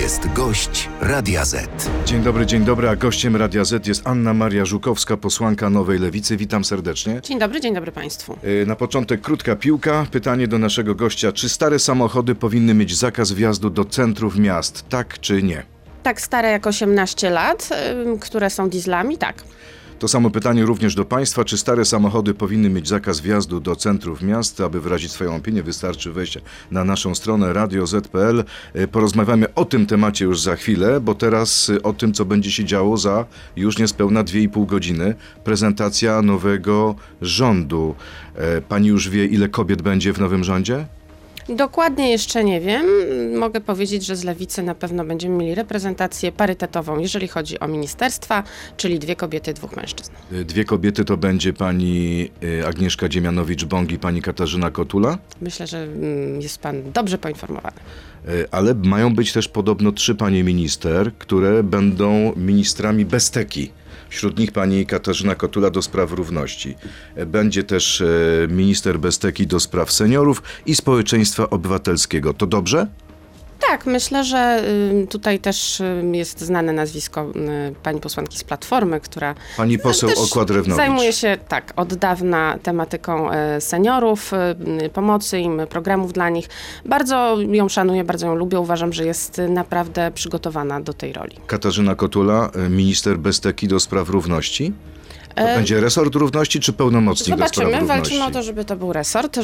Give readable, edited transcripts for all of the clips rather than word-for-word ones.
jest gość Radia Z. Dzień dobry, a gościem Radia Z jest Anna Maria Żukowska, posłanka Nowej Lewicy. Witam serdecznie. Dzień dobry Państwu. Na początek krótka piłka. Pytanie do naszego gościa. Czy stare samochody powinny mieć zakaz wjazdu do centrów miast, tak czy nie? Tak stare jak 18 lat, które są dieslami, tak. To samo pytanie również do Państwa. Czy stare samochody powinny mieć zakaz wjazdu do centrów miast? Aby wyrazić swoją opinię, wystarczy wejść na naszą stronę radioz.pl. Porozmawiamy o tym temacie już za chwilę, bo teraz o tym, co będzie się działo za już niespełna 2,5 godziny. Prezentacja nowego rządu. Pani już wie, ile kobiet będzie w nowym rządzie? Dokładnie jeszcze nie wiem. Mogę powiedzieć, że z Lewicy na pewno będziemy mieli reprezentację parytetową, jeżeli chodzi o ministerstwa, czyli 2 kobiety, 2 mężczyzn. 2 kobiety to będzie pani Agnieszka Dziemianowicz-Bąk i pani Katarzyna Kotula? Myślę, że jest pan dobrze poinformowany. Ale mają być też podobno 3 panie minister, które będą ministrami bez teki. Wśród nich pani Katarzyna Kotula do spraw równości. Będzie też minister bez teki do spraw seniorów i społeczeństwa obywatelskiego. To dobrze? Tak, myślę, że tutaj też jest znane nazwisko pani posłanki z Platformy, która pani poseł Okła-Drewnowicz zajmuje się od dawna tematyką seniorów, pomocy im, programów dla nich. Bardzo ją szanuję, bardzo ją lubię. Uważam, że jest naprawdę przygotowana do tej roli. Katarzyna Kotula, minister bez teki do spraw równości? To będzie resort równości czy pełnomocnik do spraw równości? Zobaczymy, walczymy o to, żeby to był resort,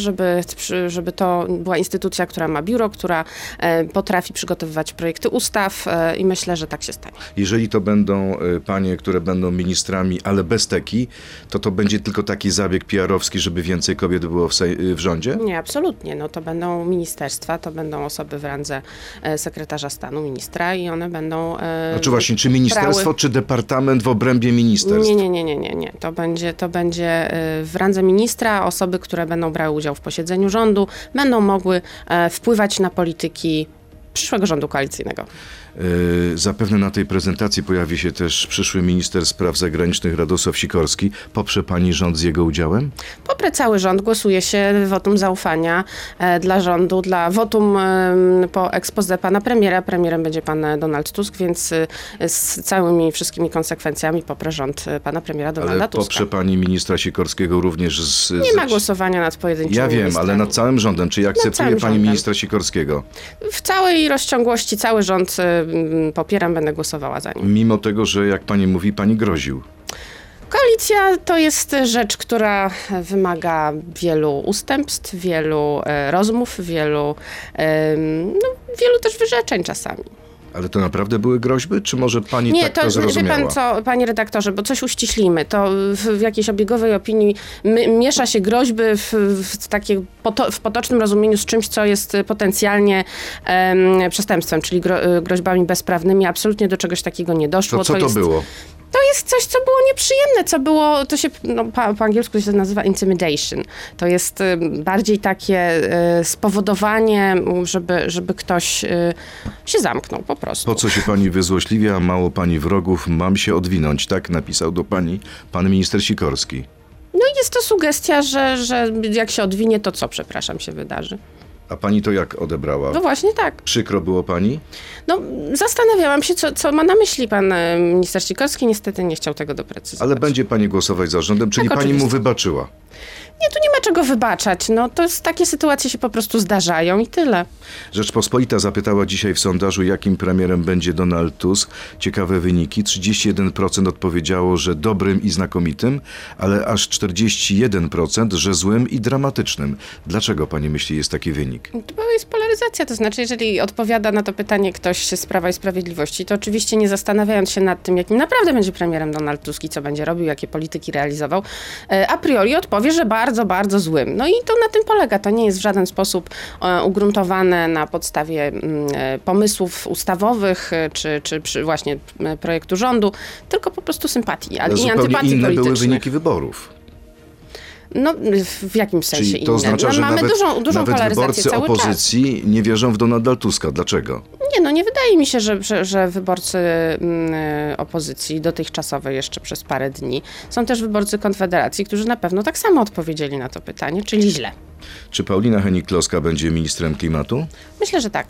żeby to była instytucja, która ma biuro, która potrafi przygotowywać projekty ustaw i myślę, że tak się stanie. Jeżeli to będą panie, które będą ministrami, ale bez teki, to będzie tylko taki zabieg PR-owski, żeby więcej kobiet było w rządzie? Nie, absolutnie. No to będą ministerstwa, to będą osoby w randze sekretarza stanu, ministra i one będą Znaczy właśnie, czy ministerstwo, czy departament w obrębie ministerstw? Nie. To będzie w randze ministra. Osoby, które będą brały udział w posiedzeniu rządu, będą mogły wpływać na polityki przyszłego rządu koalicyjnego. Zapewne na tej prezentacji pojawi się też przyszły minister spraw zagranicznych Radosław Sikorski. Poprze pani rząd z jego udziałem? Poprę cały rząd. Głosuje się wotum zaufania dla rządu, dla wotum po exposé pana premiera. Premierem będzie pan Donald Tusk, więc z całymi wszystkimi konsekwencjami poprę rząd pana premiera Donalda Tuska. Ale poprze pani ministra Sikorskiego również Nie ma głosowania nad pojedynczymi Ja wiem, ministrami. ale nad całym rządem. Czy akceptuje pani ministra Sikorskiego? W całej rozciągłości cały rząd popieram, będę głosowała za nim. Mimo tego, że jak pani mówi, pani groził. Koalicja to jest rzecz, która wymaga wielu ustępstw, wielu rozmów, wielu też wyrzeczeń czasami. Ale to naprawdę były groźby? Czy może pani tak to zrozumiała? Wie pan co, panie redaktorze, bo coś uściślimy. To w jakiejś obiegowej opinii miesza się groźby w potocznym rozumieniu z czymś, co jest potencjalnie przestępstwem, czyli groźbami bezprawnymi. Absolutnie do czegoś takiego nie doszło. To co to było? To jest coś, co było nieprzyjemne, to się po angielsku się nazywa intimidation. To jest bardziej takie spowodowanie, żeby ktoś się zamknął po prostu. Po co się pani wyzłośliwia? Mało pani wrogów, mam się odwinąć, tak? Napisał do pani pan minister Sikorski. No i jest to sugestia, że jak się odwinie, to co, przepraszam, się wydarzy. A pani to jak odebrała? No właśnie tak. Przykro było pani? No zastanawiałam się, co ma na myśli pan minister Sikorski. Niestety nie chciał tego doprecyzować. Ale będzie pani głosować za rządem, czyli tak, pani oczywiście mu wybaczyła? Nie, tu nie ma czego wybaczać. Takie sytuacje się po prostu zdarzają i tyle. Rzeczpospolita zapytała dzisiaj w sondażu, jakim premierem będzie Donald Tusk. Ciekawe wyniki. 31% odpowiedziało, że dobrym i znakomitym, ale aż 41%, że złym i dramatycznym. Dlaczego pani myśli jest taki wynik? To jest polaryzacja. To znaczy, jeżeli odpowiada na to pytanie ktoś z Prawa i Sprawiedliwości, to oczywiście nie zastanawiając się nad tym, jakim naprawdę będzie premierem Donald Tusk i co będzie robił, jakie polityki realizował, a priori odpowie, że bardzo, bardzo złym. No i to na tym polega. To nie jest w żaden sposób ugruntowane na podstawie pomysłów ustawowych, czy właśnie projektu rządu, tylko po prostu sympatii, ale i antypatii inne politycznych. były wyniki wyborów. No, w jakimś sensie Czyli to inne. oznacza, że mamy dużą polaryzację wyborcy cały opozycji nie wierzą w Donalda Tuska. Dlaczego? Nie wydaje mi się, że wyborcy opozycji dotychczasowej jeszcze przez parę dni są też wyborcy Konfederacji, którzy na pewno tak samo odpowiedzieli na to pytanie, czyli źle. Czy Paulina Hennig-Kloska będzie ministrem klimatu? Myślę, że tak.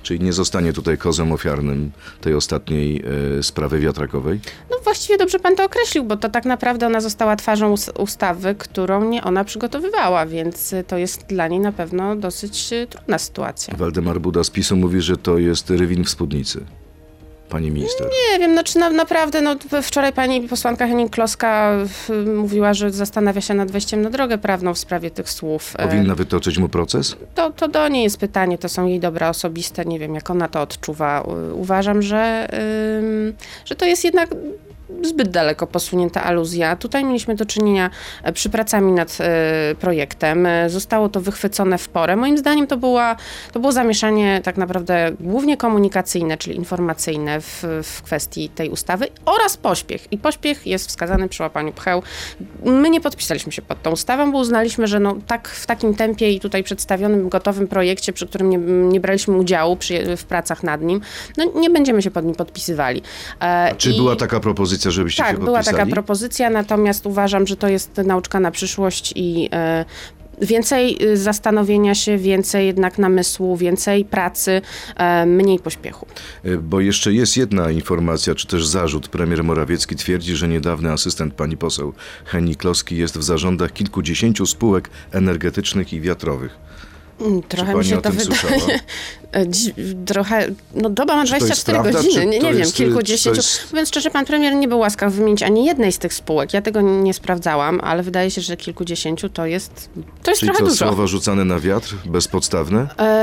Czyli nie zostanie tutaj kozłem ofiarnym tej ostatniej sprawy wiatrakowej? No właściwie dobrze pan to określił, bo to tak naprawdę ona została twarzą ustawy, którą nie ona przygotowywała, więc to jest dla niej na pewno dosyć trudna sytuacja. Waldemar Buda z PiS-u mówi, że to jest rywin w spódnicy. Pani minister. Nie wiem, naprawdę, wczoraj pani posłanka Hennig-Kloska mówiła, że zastanawia się nad wejściem na drogę prawną w sprawie tych słów. Powinna wytoczyć mu proces? To do niej jest pytanie, to są jej dobra osobiste, nie wiem, jak ona to odczuwa. Uważam, że to jest jednak zbyt daleko posunięta aluzja. Tutaj mieliśmy do czynienia przy pracami nad projektem. Zostało to wychwycone w porę. Moim zdaniem to było zamieszanie tak naprawdę głównie komunikacyjne, czyli informacyjne w kwestii tej ustawy oraz pośpiech. I pośpiech jest wskazany przy łapaniu pcheł. My nie podpisaliśmy się pod tą ustawą, bo uznaliśmy, że tak w takim tempie i tutaj przedstawionym, gotowym projekcie, przy którym nie braliśmy udziału w pracach nad nim, nie będziemy się pod nim podpisywali. Czy była taka propozycja, żebyście się podpisali? Tak, była taka propozycja, natomiast uważam, że to jest nauczka na przyszłość i więcej zastanowienia się, więcej jednak namysłu, więcej pracy, mniej pośpiechu. Bo jeszcze jest jedna informacja, czy też zarzut. Premier Morawiecki twierdzi, że niedawny asystent pani poseł Hennig-Kloski jest w zarządach kilkudziesięciu spółek energetycznych i wiatrowych. Trochę Czy mi się pani o tym słyszała? Trochę, doba ma 24 godziny, nie wiem, kilkudziesięciu. Mówiąc szczerze, pan premier nie był łaskaw wymienić ani jednej z tych spółek. Ja tego nie sprawdzałam, ale wydaje się, że kilkudziesięciu to jest Czyli trochę to dużo. słowa rzucane na wiatr, bezpodstawne?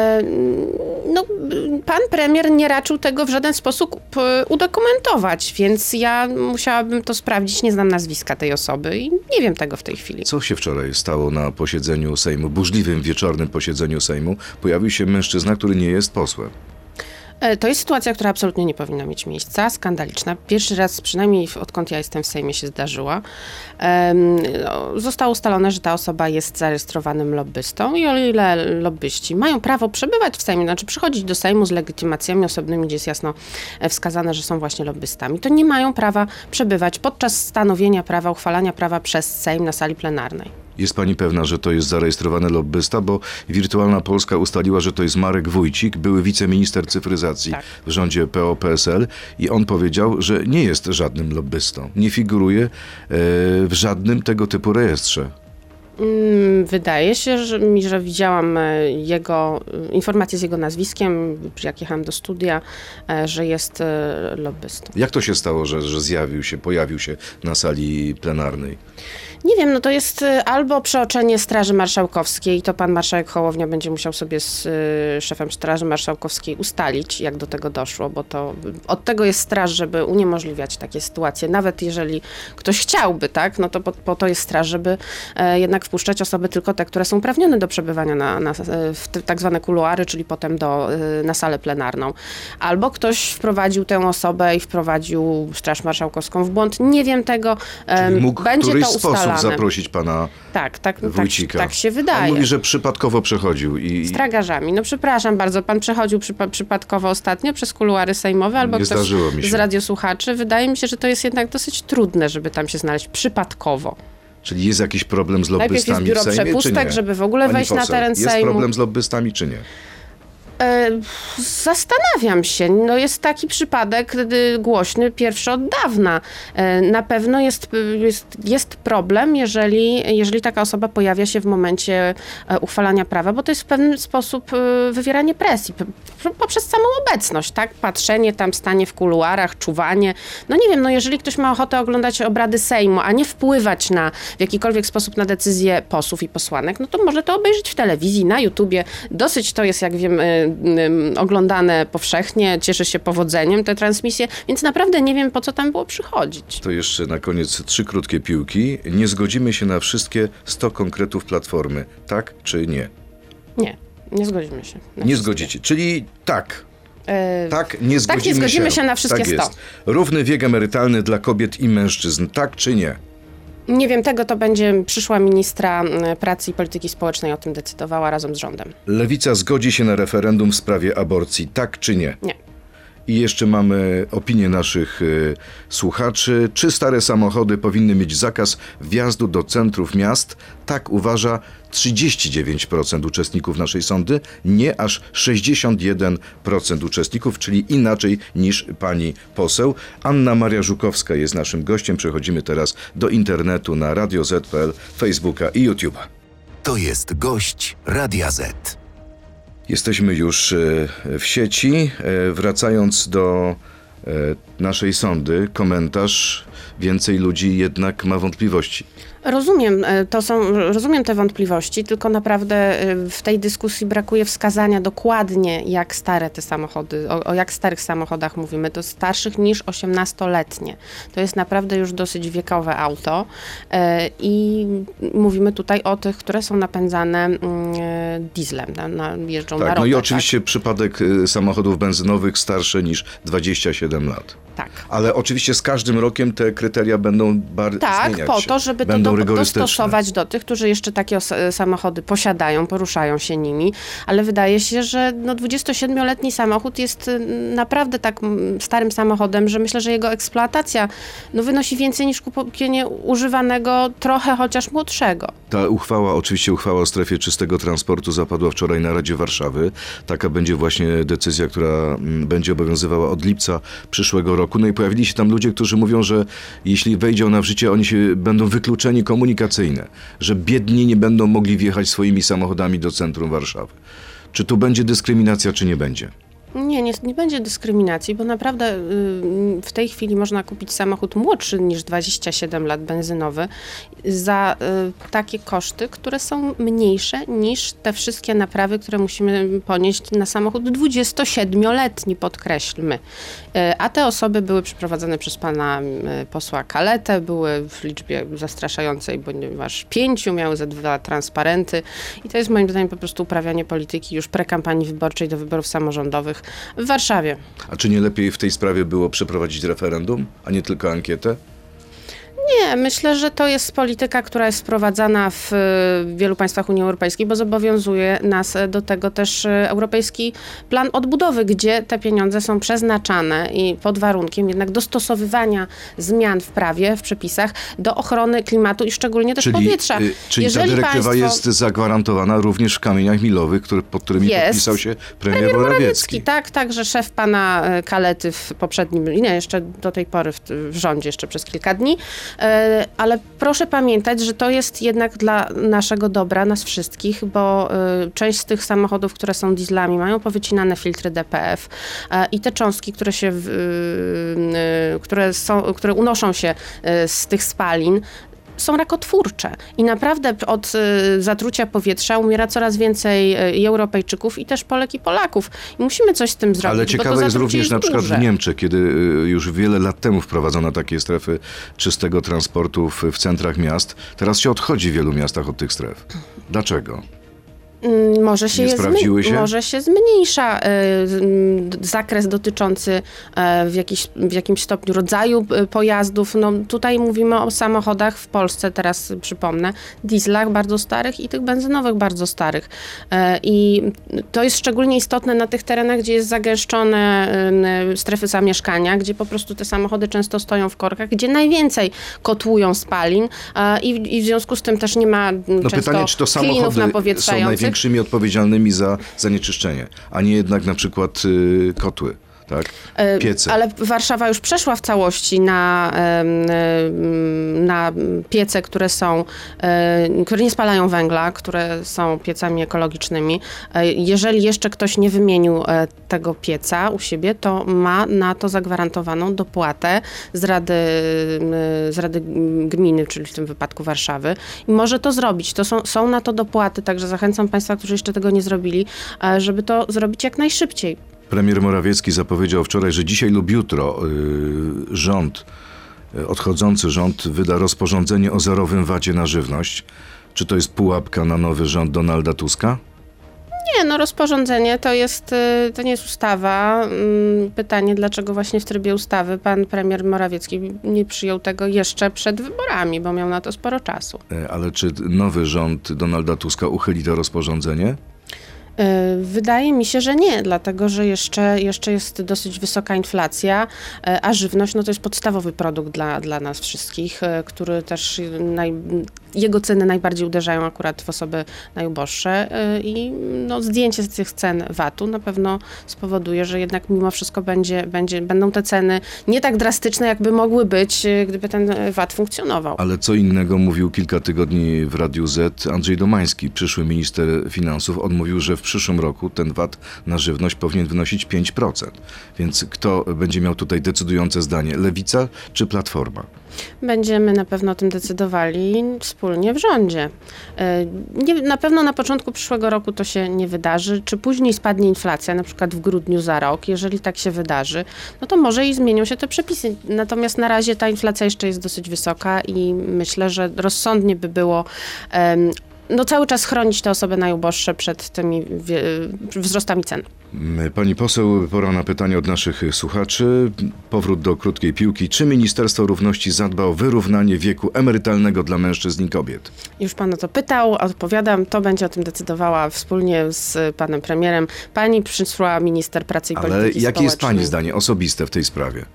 Pan premier nie raczył tego w żaden sposób udokumentować, więc ja musiałabym to sprawdzić. Nie znam nazwiska tej osoby i nie wiem tego w tej chwili. Co się wczoraj stało na posiedzeniu Sejmu, burzliwym wieczornym posiedzeniu Sejmu? Pojawił się mężczyzna, który nie jest posłem. To jest sytuacja, która absolutnie nie powinna mieć miejsca, skandaliczna. Pierwszy raz, przynajmniej odkąd ja jestem w Sejmie, się zdarzyła. Zostało ustalone, że ta osoba jest zarejestrowanym lobbystą i o ile lobbyści mają prawo przebywać w Sejmie, znaczy przychodzić do Sejmu z legitymacjami osobnymi, gdzie jest jasno wskazane, że są właśnie lobbystami, to nie mają prawa przebywać podczas stanowienia prawa, uchwalania prawa przez Sejm na sali plenarnej. Jest pani pewna, że to jest zarejestrowany lobbysta, bo Wirtualna Polska ustaliła, że to jest Marek Wójcik, były wiceminister cyfryzacji w rządzie PO-PSL i on powiedział, że nie jest żadnym lobbystą. Nie figuruje w żadnym tego typu rejestrze. Wydaje się, że widziałam informacje z jego nazwiskiem, jak jechałam do studia, że jest lobbystą. Jak to się stało, że pojawił się na sali plenarnej? Nie wiem, to jest albo przeoczenie Straży Marszałkowskiej, to pan marszałek Hołownia będzie musiał sobie z szefem Straży Marszałkowskiej ustalić, jak do tego doszło, bo to od tego jest straż, żeby uniemożliwiać takie sytuacje. Nawet jeżeli ktoś chciałby, tak, to po to jest straż, żeby jednak wpuszczać osoby tylko te, które są uprawnione do przebywania w tak zwane kuluary, czyli potem na salę plenarną. Albo ktoś wprowadził tę osobę i wprowadził Straż Marszałkowską w błąd. Nie wiem tego. Czyli mógł będzie któryś to sposób ustalane. zaprosić pana Wójcika. Tak się wydaje. On mówi, że przypadkowo przechodził. Z tragarzami. Przepraszam bardzo, pan przechodził przypadkowo ostatnio przez kuluary sejmowe albo Nie ktoś zdarzyło mi się. z radiosłuchaczy. Wydaje mi się, że to jest jednak dosyć trudne, żeby tam się znaleźć przypadkowo. Czyli jest jakiś problem z Najpierw lobbystami jest w biuro Sejmie, przepustek, czy nie? żeby w ogóle Pani wejść na poseł, teren jest Sejmu. problem z lobbystami, czy nie? Zastanawiam się. Jest taki przypadek głośny pierwszy od dawna. Na pewno jest problem, jeżeli taka osoba pojawia się w momencie uchwalania prawa, bo to jest w pewien sposób wywieranie presji poprzez samą obecność, tak? Patrzenie tam, stanie w kuluarach, czuwanie. Nie wiem, jeżeli ktoś ma ochotę oglądać obrady Sejmu, a nie wpływać w jakikolwiek sposób na decyzje posłów i posłanek, to może to obejrzeć w telewizji, na YouTubie. Dosyć to jest, jak wiem, oglądane powszechnie, cieszy się powodzeniem te transmisje, więc naprawdę nie wiem, po co tam było przychodzić. To jeszcze na koniec 3 krótkie piłki. Nie zgodzimy się na wszystkie 100 konkretów Platformy. Tak czy nie? Nie zgodzimy się. Nie zgodzicie. Czyli tak. Tak, nie zgodzimy tak, nie zgodzimy się na wszystkie 100. Tak jest. Równy wiek emerytalny dla kobiet i mężczyzn. Tak czy nie? Nie wiem, to będzie przyszła ministra pracy i polityki społecznej o tym decydowała razem z rządem. Lewica zgodzi się na referendum w sprawie aborcji. Tak czy nie? Nie. I jeszcze mamy opinię naszych słuchaczy. Czy stare samochody powinny mieć zakaz wjazdu do centrów miast? Tak uważa 39% uczestników naszej sądy, nie aż 61% uczestników, czyli inaczej niż pani poseł. Anna Maria Żukowska jest naszym gościem. Przechodzimy teraz do internetu na Radio Z.pl, Facebooka i YouTube'a. To jest gość Radia Z. Jesteśmy już w sieci. Wracając do naszej sądy, komentarz. Więcej ludzi jednak ma wątpliwości. Rozumiem te wątpliwości, tylko naprawdę w tej dyskusji brakuje wskazania dokładnie, jak stare te samochody, o jak starych samochodach mówimy. To starszych niż 18-letnie. To jest naprawdę już dosyć wiekowe auto i mówimy tutaj o tych, które są napędzane dieslem, jeżdżą na ropę. No i oczywiście przypadek samochodów benzynowych starsze niż 27 lat. Tak. Ale oczywiście z każdym rokiem te kryteria będą zmieniać się. Po to, żeby to dostosować do tych, którzy jeszcze takie samochody posiadają, poruszają się nimi, ale wydaje się, że 27-letni samochód jest naprawdę tak starym samochodem, że myślę, że jego eksploatacja wynosi więcej niż kupienie używanego, trochę chociaż młodszego. Ta uchwała o strefie czystego transportu zapadła wczoraj na Radzie Warszawy. Taka będzie właśnie decyzja, która będzie obowiązywała od lipca przyszłego roku. No i pojawili się tam ludzie, którzy mówią, że jeśli wejdzie ona w życie, oni będą wykluczeni komunikacyjne, że biedni nie będą mogli wjechać swoimi samochodami do centrum Warszawy. Czy tu będzie dyskryminacja, czy nie będzie? Nie będzie dyskryminacji, bo naprawdę w tej chwili można kupić samochód młodszy niż 27 lat benzynowy za takie koszty, które są mniejsze niż te wszystkie naprawy, które musimy ponieść na samochód 27-letni, podkreślmy. A te osoby były przeprowadzone przez pana posła Kaletę, były w liczbie zastraszającej, ponieważ 5 miały ze 2 transparenty i to jest moim zdaniem po prostu uprawianie polityki już prekampanii wyborczej do wyborów samorządowych w Warszawie. A czy nie lepiej w tej sprawie było przeprowadzić referendum, a nie tylko ankietę? Nie, myślę, że to jest polityka, która jest wprowadzana w wielu państwach Unii Europejskiej, bo zobowiązuje nas do tego też Europejski Plan Odbudowy, gdzie te pieniądze są przeznaczane i pod warunkiem jednak dostosowywania zmian w prawie, w przepisach do ochrony klimatu i szczególnie też powietrza. Czyli ta dyrektywa jest zagwarantowana również w kamieniach milowych, pod którymi podpisał się premier Morawiecki. Tak, że szef pana Kalety w poprzednim, jeszcze do tej pory w rządzie, jeszcze przez kilka dni. Ale proszę pamiętać, że to jest jednak dla naszego dobra, nas wszystkich, bo część z tych samochodów, które są dieslami, mają powycinane filtry DPF i te cząstki, które unoszą się z tych spalin, są rakotwórcze i naprawdę od zatrucia powietrza umiera coraz więcej i Europejczyków i też Polek i Polaków. I musimy coś z tym zrobić. Ale ciekawe jest również na przykład w Niemczech, kiedy już wiele lat temu wprowadzono takie strefy czystego transportu w centrach miast. Teraz się odchodzi w wielu miastach od tych stref. Dlaczego? Może się zmniejsza zakres dotyczący w jakimś stopniu rodzaju pojazdów. Tutaj mówimy o samochodach w Polsce, teraz przypomnę, dieslach bardzo starych i tych benzynowych bardzo starych. I to jest szczególnie istotne na tych terenach, gdzie jest zagęszczone strefy zamieszkania, gdzie po prostu te samochody często stoją w korkach, gdzie najwięcej kotłują spalin i w związku z tym też nie ma często pytanie, czy to klinów napowietrzających. Największymi odpowiedzialnymi za zanieczyszczenie, a nie jednak na przykład kotły. Tak? Piece. Ale Warszawa już przeszła w całości na piece, które nie spalają węgla, które są piecami ekologicznymi. Jeżeli jeszcze ktoś nie wymienił tego pieca u siebie, to ma na to zagwarantowaną dopłatę z Rady Gminy, czyli w tym wypadku Warszawy. I może to zrobić. Są na to dopłaty, także zachęcam państwa, którzy jeszcze tego nie zrobili, żeby to zrobić jak najszybciej. Premier Morawiecki zapowiedział wczoraj, że dzisiaj lub jutro odchodzący rząd wyda rozporządzenie o zerowym VAT-ie na żywność. Czy to jest pułapka na nowy rząd Donalda Tuska? Nie, rozporządzenie to nie jest ustawa. Pytanie, dlaczego właśnie w trybie ustawy pan premier Morawiecki nie przyjął tego jeszcze przed wyborami, bo miał na to sporo czasu. Ale czy nowy rząd Donalda Tuska uchyli to rozporządzenie? Wydaje mi się, że nie, dlatego że jeszcze jest dosyć wysoka inflacja, a żywność to jest podstawowy produkt dla nas wszystkich, który też jego ceny najbardziej uderzają akurat w osoby najuboższe i zdjęcie z tych cen VAT-u na pewno spowoduje, że jednak mimo wszystko będą te ceny nie tak drastyczne, jakby mogły być, gdyby ten VAT funkcjonował. Ale co innego mówił kilka tygodni w Radiu Z Andrzej Domański, przyszły minister finansów. On mówił, że w przyszłym roku ten VAT na żywność powinien wynosić 5%. Więc kto będzie miał tutaj decydujące zdanie? Lewica czy Platforma? Będziemy na pewno o tym decydowali wspólnie w rządzie. Na pewno na początku przyszłego roku to się nie wydarzy. Czy później spadnie inflacja, na przykład w grudniu za rok? Jeżeli tak się wydarzy, no to może i zmienią się te przepisy. Natomiast na razie ta inflacja jeszcze jest dosyć wysoka i myślę, że rozsądnie by było cały czas chronić te osoby najuboższe przed tymi wzrostami cen. Pani poseł, pora na pytanie od naszych słuchaczy. Powrót do krótkiej piłki. Czy Ministerstwo Równości zadba o wyrównanie wieku emerytalnego dla mężczyzn i kobiet? Już pan o to pytał, odpowiadam. To będzie o tym decydowała wspólnie z panem premierem pani przyszła minister pracy i polityki społecznej. Ale jakie jest pani zdanie osobiste w tej sprawie?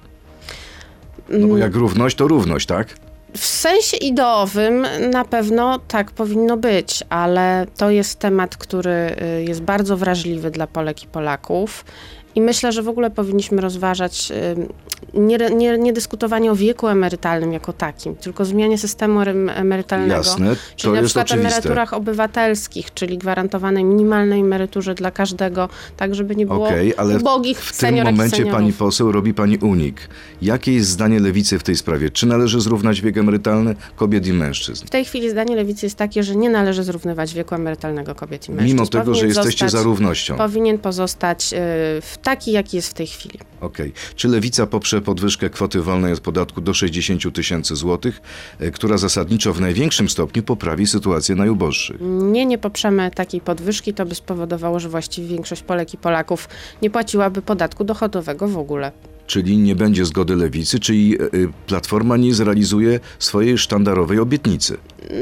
No bo jak równość, to równość, tak? W sensie ideowym na pewno tak powinno być, ale to jest temat, który jest bardzo wrażliwy dla Polek i Polaków. I myślę, że w ogóle powinniśmy rozważać nie dyskutowanie o wieku emerytalnym jako takim, tylko zmianie systemu emerytalnego. Jasne, to czyli na jest przykład oczywiste. Emeryturach obywatelskich, czyli gwarantowanej minimalnej emeryturze dla każdego, tak żeby nie było ubogich seniorek i seniorów. W tym momencie pani poseł robi pani unik. Jakie jest zdanie Lewicy w tej sprawie? Czy należy zrównać wiek emerytalny kobiet i mężczyzn? W tej chwili zdanie Lewicy jest takie, że nie należy zrównywać wieku emerytalnego kobiet i mężczyzn. Mimo tego, że jesteście za równością. Powinien pozostać taki, jaki jest w tej chwili. Okej. Czy Lewica poprze podwyżkę kwoty wolnej od podatku do 60 000 złotych, która zasadniczo w największym stopniu poprawi sytuację najuboższych? Nie poprzemy takiej podwyżki. To by spowodowało, że właściwie większość Polek i Polaków nie płaciłaby podatku dochodowego w ogóle. Czyli nie będzie zgody Lewicy, czyli Platforma nie zrealizuje swojej sztandarowej obietnicy?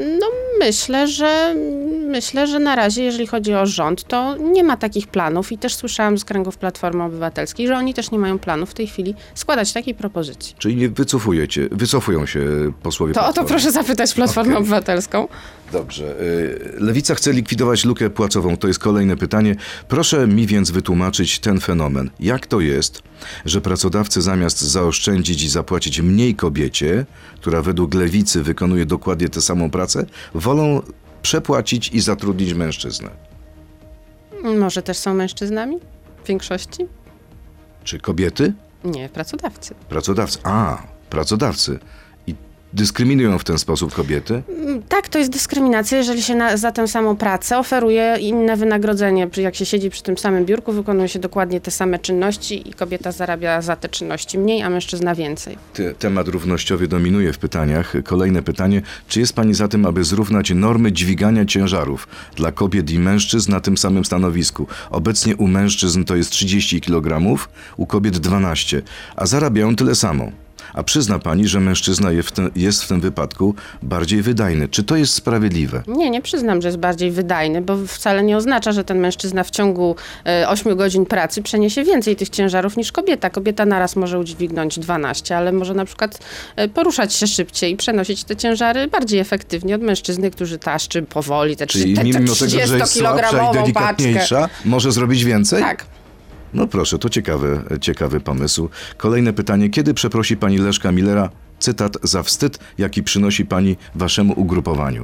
Myślę, że na razie, jeżeli chodzi o rząd, to nie ma takich planów i też słyszałam z kręgów Platformy Obywatelskiej, że oni też nie mają planów w tej chwili składać takiej propozycji. Czyli nie wycofują się posłowie To Platformy. o to proszę zapytać Platformę Obywatelską. Dobrze. Lewica chce likwidować lukę płacową. To jest kolejne pytanie. Proszę mi więc wytłumaczyć ten fenomen. Jak to jest, że pracodawcy zamiast zaoszczędzić i zapłacić mniej kobiecie, która według Lewicy wykonuje dokładnie tę samą pracę, wolą przepłacić i zatrudnić mężczyznę? Może też są mężczyznami w większości? Czy kobiety? Nie, pracodawcy. Pracodawcy. I dyskryminują w ten sposób kobiety? Tak, to jest dyskryminacja, jeżeli się za tę samą pracę oferuje inne wynagrodzenie. Jak się siedzi przy tym samym biurku, wykonuje się dokładnie te same czynności i kobieta zarabia za te czynności mniej, a mężczyzna więcej. Temat równościowy dominuje w pytaniach. Kolejne pytanie. Czy jest pani za tym, aby zrównać normy dźwigania ciężarów dla kobiet i mężczyzn na tym samym stanowisku? Obecnie u mężczyzn to jest 30 kg, u kobiet 12, a zarabiają tyle samo. A przyzna pani, że mężczyzna jest w tym wypadku bardziej wydajny. Czy to jest sprawiedliwe? Nie przyznam, że jest bardziej wydajny, bo wcale nie oznacza, że ten mężczyzna w ciągu 8 godzin pracy przeniesie więcej tych ciężarów niż kobieta. Kobieta naraz może udźwignąć 12, ale może na przykład poruszać się szybciej i przenosić te ciężary bardziej efektywnie od mężczyzny, który taszczy powoli te 30-kilogramową i delikatniejsza, paczkę. Może zrobić więcej? Tak. No proszę, to ciekawy pomysł. Kolejne pytanie. Kiedy przeprosi pani Leszka Millera, cytat, za wstyd, jaki przynosi pani waszemu ugrupowaniu?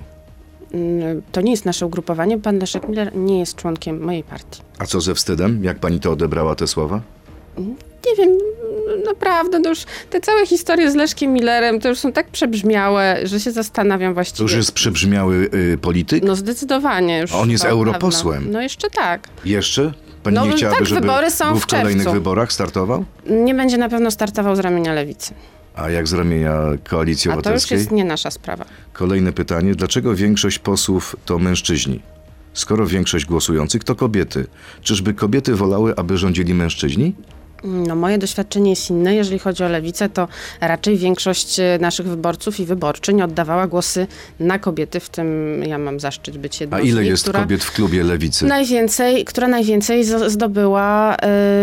To nie jest nasze ugrupowanie. Pan Leszek Miller nie jest członkiem mojej partii. A co ze wstydem? Jak pani to odebrała, te słowa? Nie wiem, naprawdę, to już te całe historie z Leszkiem Millerem to już są tak przebrzmiałe, że się zastanawiam właściwie. To już jest przebrzmiały polityk? No zdecydowanie. Już a on jest europosłem? Dawno. No jeszcze tak. Jeszcze? Pani nie chciałaby, tak, żeby wybory są był w kolejnych wyborach startował? Nie będzie na pewno startował z ramienia Lewicy. A jak z ramienia Koalicji Obywatelskiej? A to już jest nie nasza sprawa. Kolejne pytanie. Dlaczego większość posłów to mężczyźni? Skoro większość głosujących to kobiety. Czyżby kobiety wolały, aby rządzili mężczyźni? No, moje doświadczenie jest inne. Jeżeli chodzi o Lewicę, to raczej większość naszych wyborców i wyborczyń oddawała głosy na kobiety, w tym ja mam zaszczyt być jedną z nich. A ile jest kobiet w klubie Lewicy? Która najwięcej zdobyła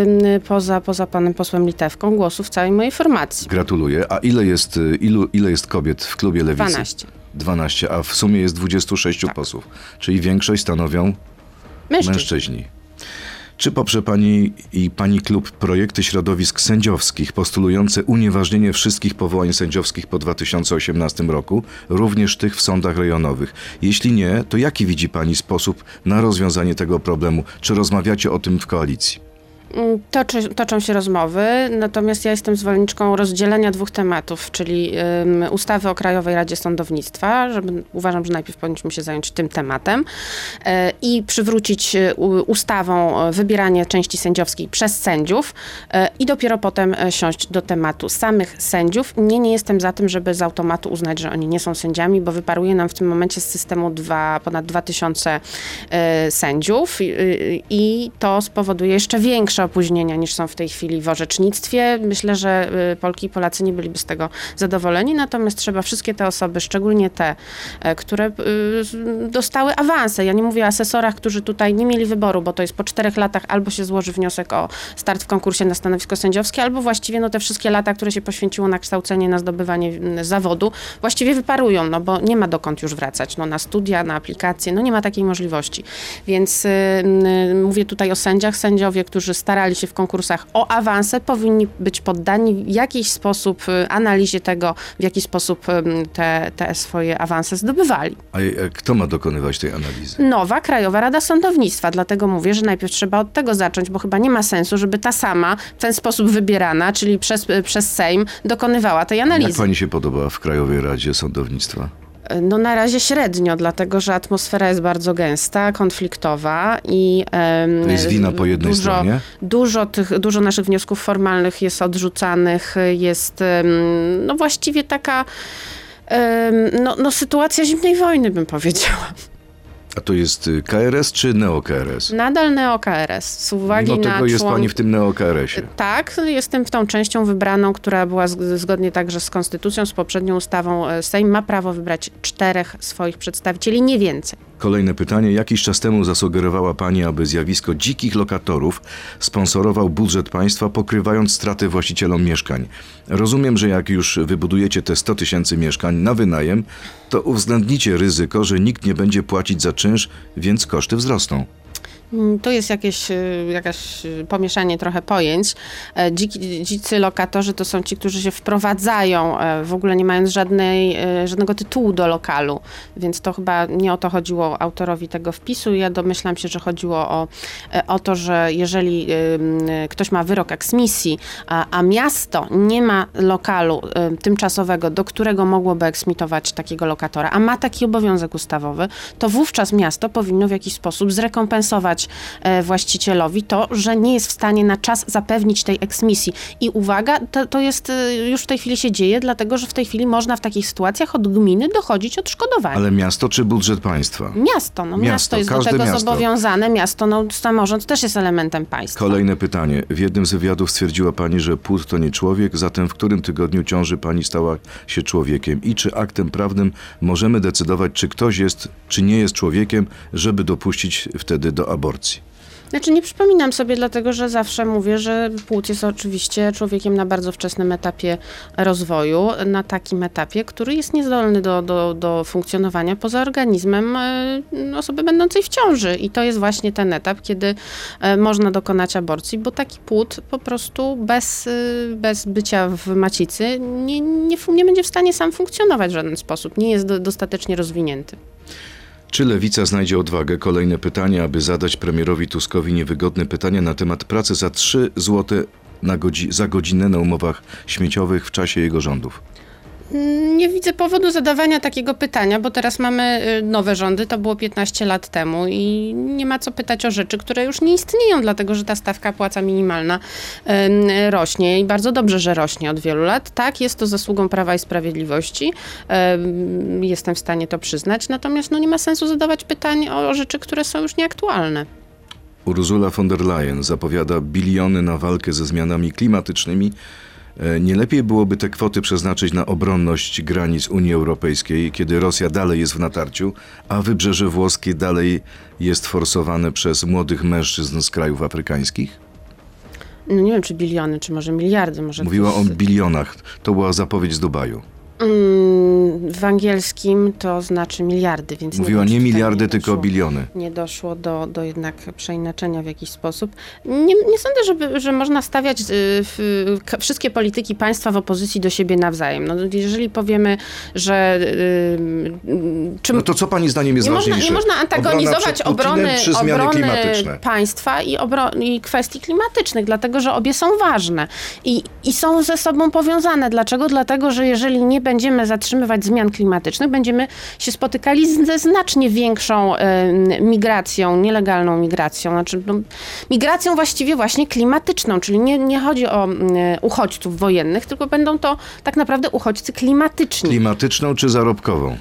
poza panem posłem Litewką głosów w całej mojej formacji. Gratuluję. A ile jest kobiet w klubie Lewicy? 12. 12, a w sumie jest 26 posłów, czyli większość stanowią mężczyźni. Czy poprze pani i pani klub projekty środowisk sędziowskich postulujące unieważnienie wszystkich powołań sędziowskich po 2018 roku, również tych w sądach rejonowych? Jeśli nie, to jaki widzi pani sposób na rozwiązanie tego problemu? Czy rozmawiacie o tym w koalicji? Toczą się rozmowy, natomiast ja jestem zwolenniczką rozdzielenia dwóch tematów, czyli ustawy o Krajowej Radzie Sądownictwa. Uważam, że najpierw powinniśmy się zająć tym tematem i przywrócić ustawą wybieranie części sędziowskiej przez sędziów i dopiero potem siąść do tematu samych sędziów. Nie jestem za tym, żeby z automatu uznać, że oni nie są sędziami, bo wyparuje nam w tym momencie z systemu ponad 2000 sędziów i to spowoduje jeszcze większe opóźnienia niż są w tej chwili w orzecznictwie. Myślę, że Polki i Polacy nie byliby z tego zadowoleni, natomiast trzeba wszystkie te osoby, szczególnie te, które dostały awanse. Ja nie mówię o asesorach, którzy tutaj nie mieli wyboru, bo to jest po 4 latach albo się złoży wniosek o start w konkursie na stanowisko sędziowskie, albo właściwie te wszystkie lata, które się poświęciło na kształcenie, na zdobywanie zawodu, właściwie wyparują, bo nie ma dokąd już wracać. Na studia, na aplikacje, nie ma takiej możliwości. Więc mówię tutaj o sędziach. Sędziowie, którzy starali się w konkursach o awanse, powinni być poddani w jakiś sposób analizie tego, w jaki sposób te swoje awanse zdobywali. A kto ma dokonywać tej analizy? Nowa Krajowa Rada Sądownictwa. Dlatego mówię, że najpierw trzeba od tego zacząć, bo chyba nie ma sensu, żeby ta sama w ten sposób wybierana, czyli przez Sejm, dokonywała tej analizy. Jak pani się podoba w Krajowej Radzie Sądownictwa? Na razie średnio, dlatego że atmosfera jest bardzo gęsta, konfliktowa i to jest wina po jednej stronie? Dużo naszych wniosków formalnych jest odrzucanych, jest właściwie taka sytuacja zimnej wojny, bym powiedziała. A to jest KRS czy neo-KRS? Nadal neo-KRS. Z uwagi na jest pani w tym neo-KRS-ie. Tak, jestem w tą częścią wybraną, która była zgodnie także z konstytucją, z poprzednią ustawą. Sejm ma prawo wybrać 4 swoich przedstawicieli, nie więcej. Kolejne pytanie. Jakiś czas temu zasugerowała pani, aby zjawisko dzikich lokatorów sponsorował budżet państwa, pokrywając straty właścicielom mieszkań. Rozumiem, że jak już wybudujecie te 100 000 mieszkań na wynajem, to uwzględnicie ryzyko, że nikt nie będzie płacić za czynsz, więc koszty wzrosną. To jest jakaś pomieszanie trochę pojęć. Dzicy lokatorzy to są ci, którzy się wprowadzają, w ogóle nie mając żadnego tytułu do lokalu, więc to chyba nie o to chodziło autorowi tego wpisu. Ja domyślam się, że chodziło o to, że jeżeli ktoś ma wyrok eksmisji, a miasto nie ma lokalu tymczasowego, do którego mogłoby eksmitować takiego lokatora, a ma taki obowiązek ustawowy, to wówczas miasto powinno w jakiś sposób zrekompensować właścicielowi to, że nie jest w stanie na czas zapewnić tej eksmisji. I uwaga, to jest, już w tej chwili się dzieje, dlatego, że w tej chwili można w takich sytuacjach od gminy dochodzić odszkodowania. Ale miasto czy budżet państwa? Miasto. Miasto jest do tego zobowiązane. Samorząd też jest elementem państwa. Kolejne pytanie. W jednym z wywiadów stwierdziła pani, że płód to nie człowiek, zatem w którym tygodniu ciąży pani stała się człowiekiem? I czy aktem prawnym możemy decydować, czy ktoś jest, czy nie jest człowiekiem, żeby dopuścić wtedy do aborcji? Nie przypominam sobie, dlatego że zawsze mówię, że płód jest oczywiście człowiekiem na bardzo wczesnym etapie rozwoju, na takim etapie, który jest niezdolny do funkcjonowania poza organizmem osoby będącej w ciąży. I to jest właśnie ten etap, kiedy można dokonać aborcji, bo taki płód po prostu bez bycia w macicy nie będzie w stanie sam funkcjonować w żaden sposób. Nie jest dostatecznie rozwinięty. Czy Lewica znajdzie odwagę? Kolejne pytanie, aby zadać premierowi Tuskowi niewygodne pytania na temat pracy za 3 zł za godzinę na umowach śmieciowych w czasie jego rządów. Nie widzę powodu zadawania takiego pytania, bo teraz mamy nowe rządy, to było 15 lat temu i nie ma co pytać o rzeczy, które już nie istnieją, dlatego że ta stawka płaca minimalna rośnie i bardzo dobrze, że rośnie od wielu lat. Tak, jest to zasługą Prawa i Sprawiedliwości, jestem w stanie to przyznać, natomiast nie ma sensu zadawać pytań o rzeczy, które są już nieaktualne. Ursula von der Leyen zapowiada biliony na walkę ze zmianami klimatycznymi. Nie lepiej byłoby te kwoty przeznaczyć na obronność granic Unii Europejskiej, kiedy Rosja dalej jest w natarciu, a wybrzeże włoskie dalej jest forsowane przez młodych mężczyzn z krajów afrykańskich? Nie wiem, czy biliony, czy może miliardy. Mówiła o bilionach. To była zapowiedź z Dubaju. w angielskim to znaczy miliardy, więc Mówiła nie miliardy, tylko biliony. Nie doszło do jednak przeinaczenia w jakiś sposób. Nie sądzę, że można stawiać wszystkie polityki państwa w opozycji do siebie nawzajem. No, jeżeli powiemy, że... No to co pani zdaniem jest ważniejsze? Nie można antagonizować obrony klimatyczne państwa i kwestii klimatycznych, dlatego że obie są ważne i są ze sobą powiązane. Dlaczego? Dlatego, że jeżeli nie będziemy zatrzymywać zmian klimatycznych, będziemy się spotykali ze znacznie większą migracją, nielegalną migracją, znaczy migracją właściwie właśnie klimatyczną, czyli nie chodzi o uchodźców wojennych, tylko będą to tak naprawdę uchodźcy klimatyczni. Klimatyczną czy zarobkową?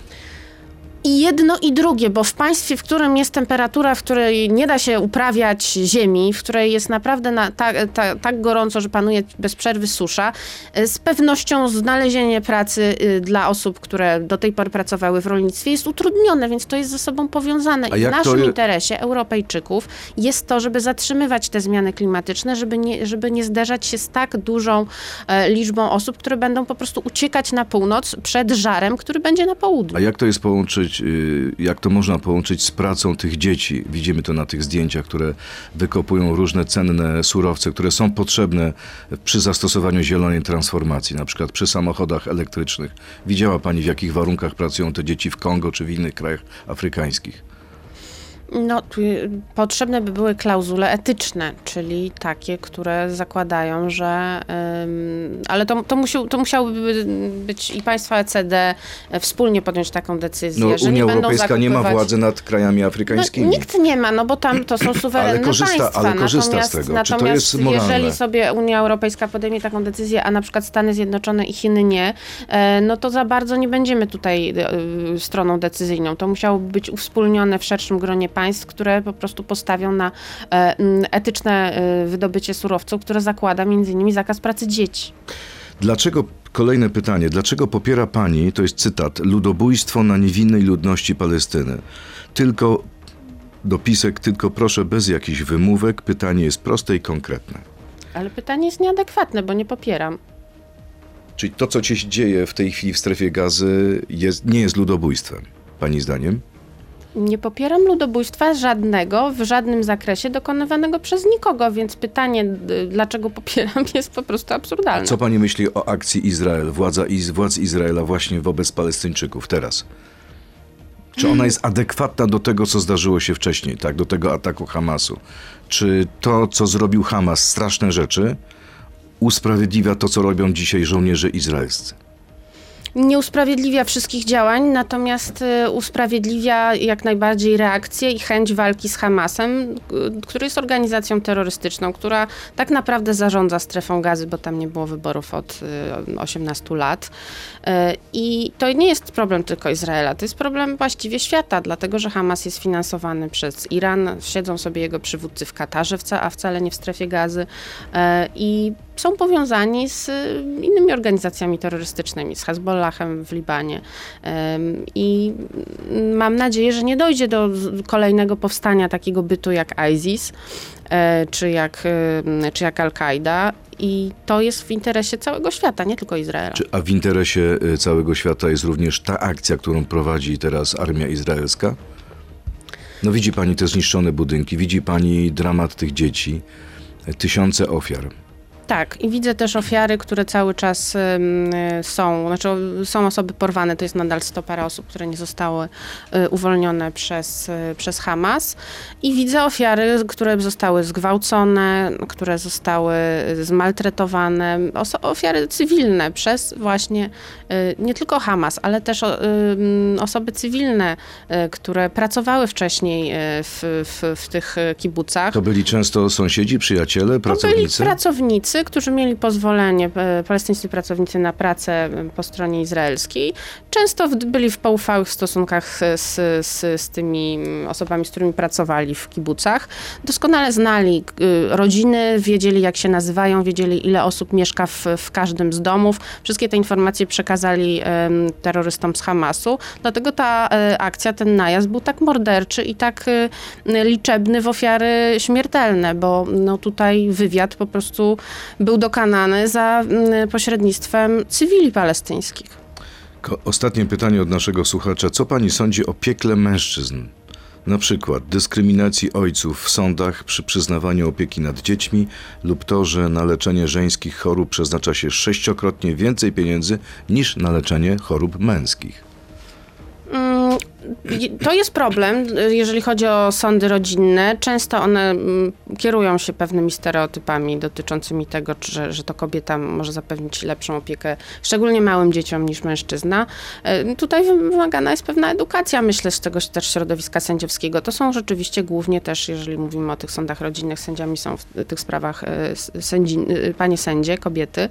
I jedno i drugie, bo w państwie, w którym jest temperatura, w której nie da się uprawiać ziemi, w której jest naprawdę tak gorąco, że panuje bez przerwy susza, z pewnością znalezienie pracy dla osób, które do tej pory pracowały w rolnictwie jest utrudnione, więc to jest ze sobą powiązane. I w naszym interesie, Europejczyków, jest to, żeby zatrzymywać te zmiany klimatyczne, żeby nie zderzać się z tak dużą liczbą osób, które będą po prostu uciekać na północ przed żarem, który będzie na południu. A jak to jest połączyć? Jak to można połączyć z pracą tych dzieci? Widzimy to na tych zdjęciach, które wykopują różne cenne surowce, które są potrzebne przy zastosowaniu zielonej transformacji, na przykład przy samochodach elektrycznych. Widziała pani, w jakich warunkach pracują te dzieci w Kongo czy w innych krajach afrykańskich? No, potrzebne by były klauzule etyczne, czyli takie, które zakładają, że... ale to musiałoby być i państwa ECD wspólnie podjąć taką decyzję. No, że Unia nie Europejska nie ma władzy nad krajami afrykańskimi. No, nikt nie ma, no bo tam to są suwerenne państwa. Ale korzysta z tego. Czy to jest moralne? Jeżeli sobie Unia Europejska podejmie taką decyzję, a na przykład Stany Zjednoczone i Chiny nie, no to za bardzo nie będziemy tutaj stroną decyzyjną. To musiałoby być uwspólnione w szerszym gronie państw, które po prostu postawią na etyczne wydobycie surowców, które zakłada m.in. zakaz pracy dzieci. Kolejne pytanie. Dlaczego popiera pani, to jest cytat, ludobójstwo na niewinnej ludności Palestyny? Dopisek, tylko proszę bez jakichś wymówek. Pytanie jest proste i konkretne. Ale pytanie jest nieadekwatne, bo nie popieram. Czyli to, co się dzieje w tej chwili w strefie Gazy, nie jest ludobójstwem, pani zdaniem? Nie popieram ludobójstwa żadnego, w żadnym zakresie dokonywanego przez nikogo, więc pytanie, dlaczego popieram, jest po prostu absurdalne. A co pani myśli o akcji Izrael, władz Izraela właśnie wobec Palestyńczyków teraz? Czy ona jest adekwatna do tego, co zdarzyło się wcześniej, tak, do tego ataku Hamasu? Czy to, co zrobił Hamas, straszne rzeczy, usprawiedliwia to, co robią dzisiaj żołnierze izraelscy? Nie usprawiedliwia wszystkich działań, natomiast usprawiedliwia jak najbardziej reakcję i chęć walki z Hamasem, który jest organizacją terrorystyczną, która tak naprawdę zarządza strefą Gazy, bo tam nie było wyborów od 18 lat. I to nie jest problem tylko Izraela, to jest problem właściwie świata, dlatego że Hamas jest finansowany przez Iran, siedzą sobie jego przywódcy w Katarze, a wcale nie w strefie Gazy i są powiązani z innymi organizacjami terrorystycznymi, z Hezbollahem w Libanie. I mam nadzieję, że nie dojdzie do kolejnego powstania takiego bytu jak ISIS, czy jak Al-Kaida. I to jest w interesie całego świata, nie tylko Izraela. A w interesie całego świata jest również ta akcja, którą prowadzi teraz armia izraelska? No widzi pani te zniszczone budynki, widzi pani dramat tych dzieci, tysiące ofiar. Tak, i widzę też ofiary, które cały czas są osoby porwane, to jest nadal 100 parę osób, które nie zostały uwolnione przez Hamas. I widzę ofiary, które zostały zgwałcone, które zostały zmaltretowane, ofiary cywilne przez właśnie nie tylko Hamas, ale też osoby cywilne, które pracowały wcześniej w tych kibucach. To byli często sąsiedzi, przyjaciele, pracownicy? To byli pracownicy, którzy mieli pozwolenie, palestyńscy pracownicy na pracę po stronie izraelskiej. Często byli w poufałych stosunkach z tymi osobami, z którymi pracowali w kibucach. Doskonale znali rodziny, wiedzieli jak się nazywają, wiedzieli ile osób mieszka w każdym z domów. Wszystkie te informacje przekazali terrorystom z Hamasu. Dlatego ta akcja, ten najazd był tak morderczy i tak liczebny w ofiary śmiertelne, bo no tutaj wywiad po prostu był dokonany za pośrednictwem cywili palestyńskich. Ostatnie pytanie od naszego słuchacza. Co pani sądzi o piekle mężczyzn? Na przykład dyskryminacji ojców w sądach przy przyznawaniu opieki nad dziećmi lub to, że na leczenie żeńskich chorób przeznacza się 6-krotnie więcej pieniędzy niż na leczenie chorób męskich. To jest problem, jeżeli chodzi o sądy rodzinne. Często one kierują się pewnymi stereotypami dotyczącymi tego, że to kobieta może zapewnić lepszą opiekę, szczególnie małym dzieciom niż mężczyzna. Tutaj wymagana jest pewna edukacja, myślę, z tego też środowiska sędziowskiego. To są rzeczywiście głównie też, jeżeli mówimy o tych sądach rodzinnych, sędziami są w tych sprawach panie sędzie, kobiety.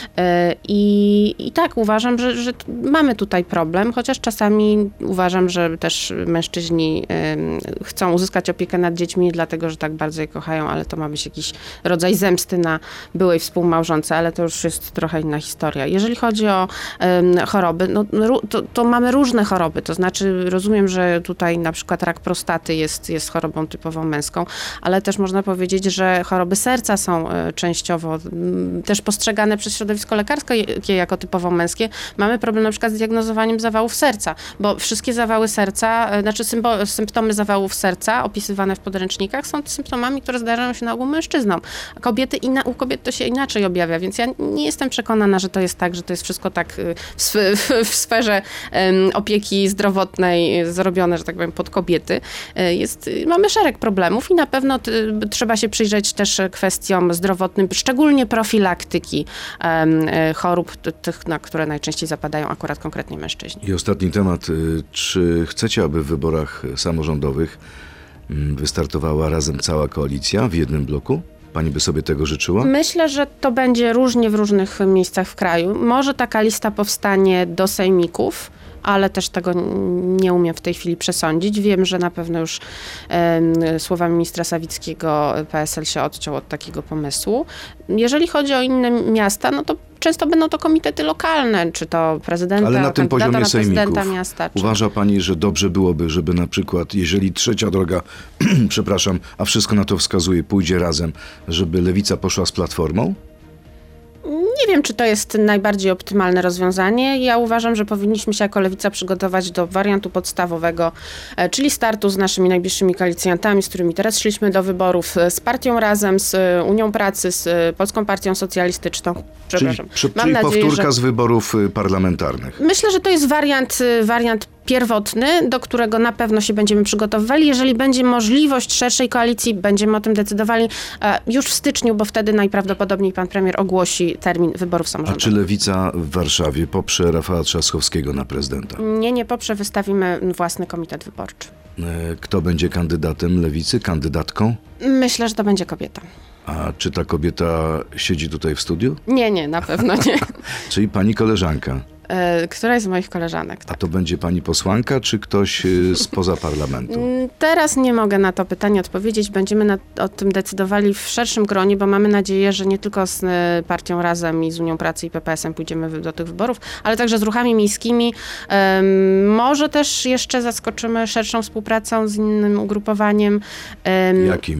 I tak uważam, że mamy tutaj problem, chociaż czasami uważam, że też mężczyźni chcą uzyskać opiekę nad dziećmi, dlatego, że tak bardzo je kochają, ale to ma być jakiś rodzaj zemsty na byłej współmałżonce, ale to już jest trochę inna historia. Jeżeli chodzi o choroby, to mamy różne choroby, to znaczy rozumiem, że tutaj na przykład rak prostaty jest chorobą typowo męską, ale też można powiedzieć, że choroby serca są częściowo też postrzegane przez środowisko lekarskie jako typowo męskie. Mamy problem na przykład z diagnozowaniem zawałów serca, bo wszystkie zawały serca, znaczy symptomy zawałów serca opisywane w podręcznikach są symptomami, które zdarzają się na ogół mężczyznom. U kobiet to się inaczej objawia, więc ja nie jestem przekonana, że to jest tak, że to jest wszystko tak w sferze opieki zdrowotnej zrobione, że tak powiem, pod kobiety. Mamy szereg problemów i na pewno trzeba się przyjrzeć też kwestiom zdrowotnym, szczególnie profilaktyki chorób, tych, na które najczęściej zapadają akurat konkretnie mężczyźni. I ostatni temat. Czy chcecie, aby w wyborach samorządowych wystartowała razem cała koalicja w jednym bloku? Pani by sobie tego życzyła? Myślę, że to będzie różnie w różnych miejscach w kraju. Może taka lista powstanie do sejmików, ale też tego nie umiem w tej chwili przesądzić. Wiem, że na pewno już słowami ministra Sawickiego PSL się odciął od takiego pomysłu. Jeżeli chodzi o inne miasta, no to często będą to komitety lokalne, czy to prezydenta, ale na tym poziomie sejmików miasta. Uważa pani, że dobrze byłoby, żeby na przykład, jeżeli trzecia droga, przepraszam, a wszystko na to wskazuje, pójdzie razem, żeby Lewica poszła z Platformą? Nie wiem, czy to jest najbardziej optymalne rozwiązanie. Ja uważam, że powinniśmy się jako Lewica przygotować do wariantu podstawowego, czyli startu z naszymi najbliższymi koalicjantami, z którymi teraz szliśmy do wyborów, z partią Razem, z Unią Pracy, z Polską Partią Socjalistyczną. Przepraszam. Czyli powtórka z wyborów parlamentarnych. Myślę, że to jest wariant pierwotny, do którego na pewno się będziemy przygotowywali. Jeżeli będzie możliwość szerszej koalicji, będziemy o tym decydowali już w styczniu, bo wtedy najprawdopodobniej pan premier ogłosi termin wyborów samorządowych. A czy Lewica w Warszawie poprze Rafała Trzaskowskiego na prezydenta? Nie poprze. Wystawimy własny komitet wyborczy. Kto będzie kandydatem Lewicy, kandydatką? Myślę, że to będzie kobieta. A czy ta kobieta siedzi tutaj w studiu? Nie, na pewno nie. Czyli pani koleżanka? Któraś z moich koleżanek. Tak. A to będzie pani posłanka, czy ktoś spoza parlamentu? Teraz nie mogę na to pytanie odpowiedzieć. Będziemy o tym decydowali w szerszym gronie, bo mamy nadzieję, że nie tylko z Partią Razem i z Unią Pracy i PPS-em pójdziemy do tych wyborów, ale także z ruchami miejskimi. Może też jeszcze zaskoczymy szerszą współpracą z innym ugrupowaniem. Jakim?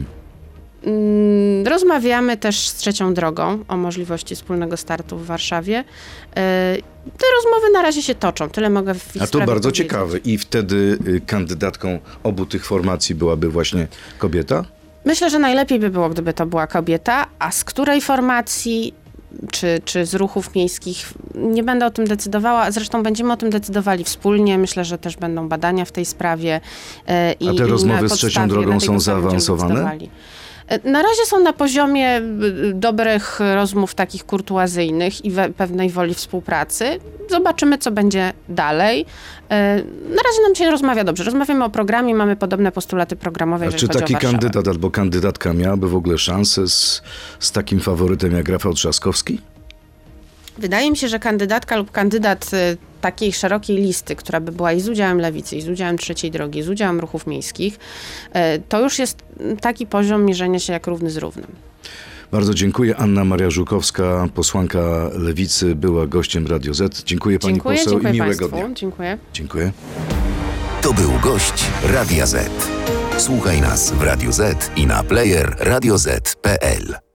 Rozmawiamy też z Trzecią Drogą o możliwości wspólnego startu w Warszawie. Te rozmowy na razie się toczą. Tyle mogę w ich A to bardzo powiedzieć. ciekawe. I wtedy kandydatką obu tych formacji byłaby właśnie kobieta? Myślę, że najlepiej by było, gdyby to była kobieta, a z której formacji czy z ruchów miejskich nie będę o tym decydowała. Zresztą będziemy o tym decydowali wspólnie. Myślę, że też będą badania w tej sprawie. A te rozmowy z Trzecią Drogą są zaawansowane? Na razie są na poziomie dobrych rozmów takich kurtuazyjnych i pewnej woli współpracy. Zobaczymy, co będzie dalej. Na razie nam się rozmawia dobrze. Rozmawiamy o programie, mamy podobne postulaty programowe, jeżeli chodzi o Warszawę. A czy taki kandydat albo kandydatka miałaby w ogóle szansę z takim faworytem jak Rafał Trzaskowski? Wydaje mi się, że kandydatka lub kandydat takiej szerokiej listy, która by była i z udziałem Lewicy, i z udziałem Trzeciej Drogi, z udziałem ruchów miejskich, to już jest taki poziom mierzenia się jak równy z równym. Bardzo dziękuję. Anna Maria Żukowska, posłanka Lewicy, była gościem Radio Z. Dziękuję pani poseł i miłego dnia. Dziękuję. To był gość Radia Z. Słuchaj nas w Radio Z i na player radioz.pl.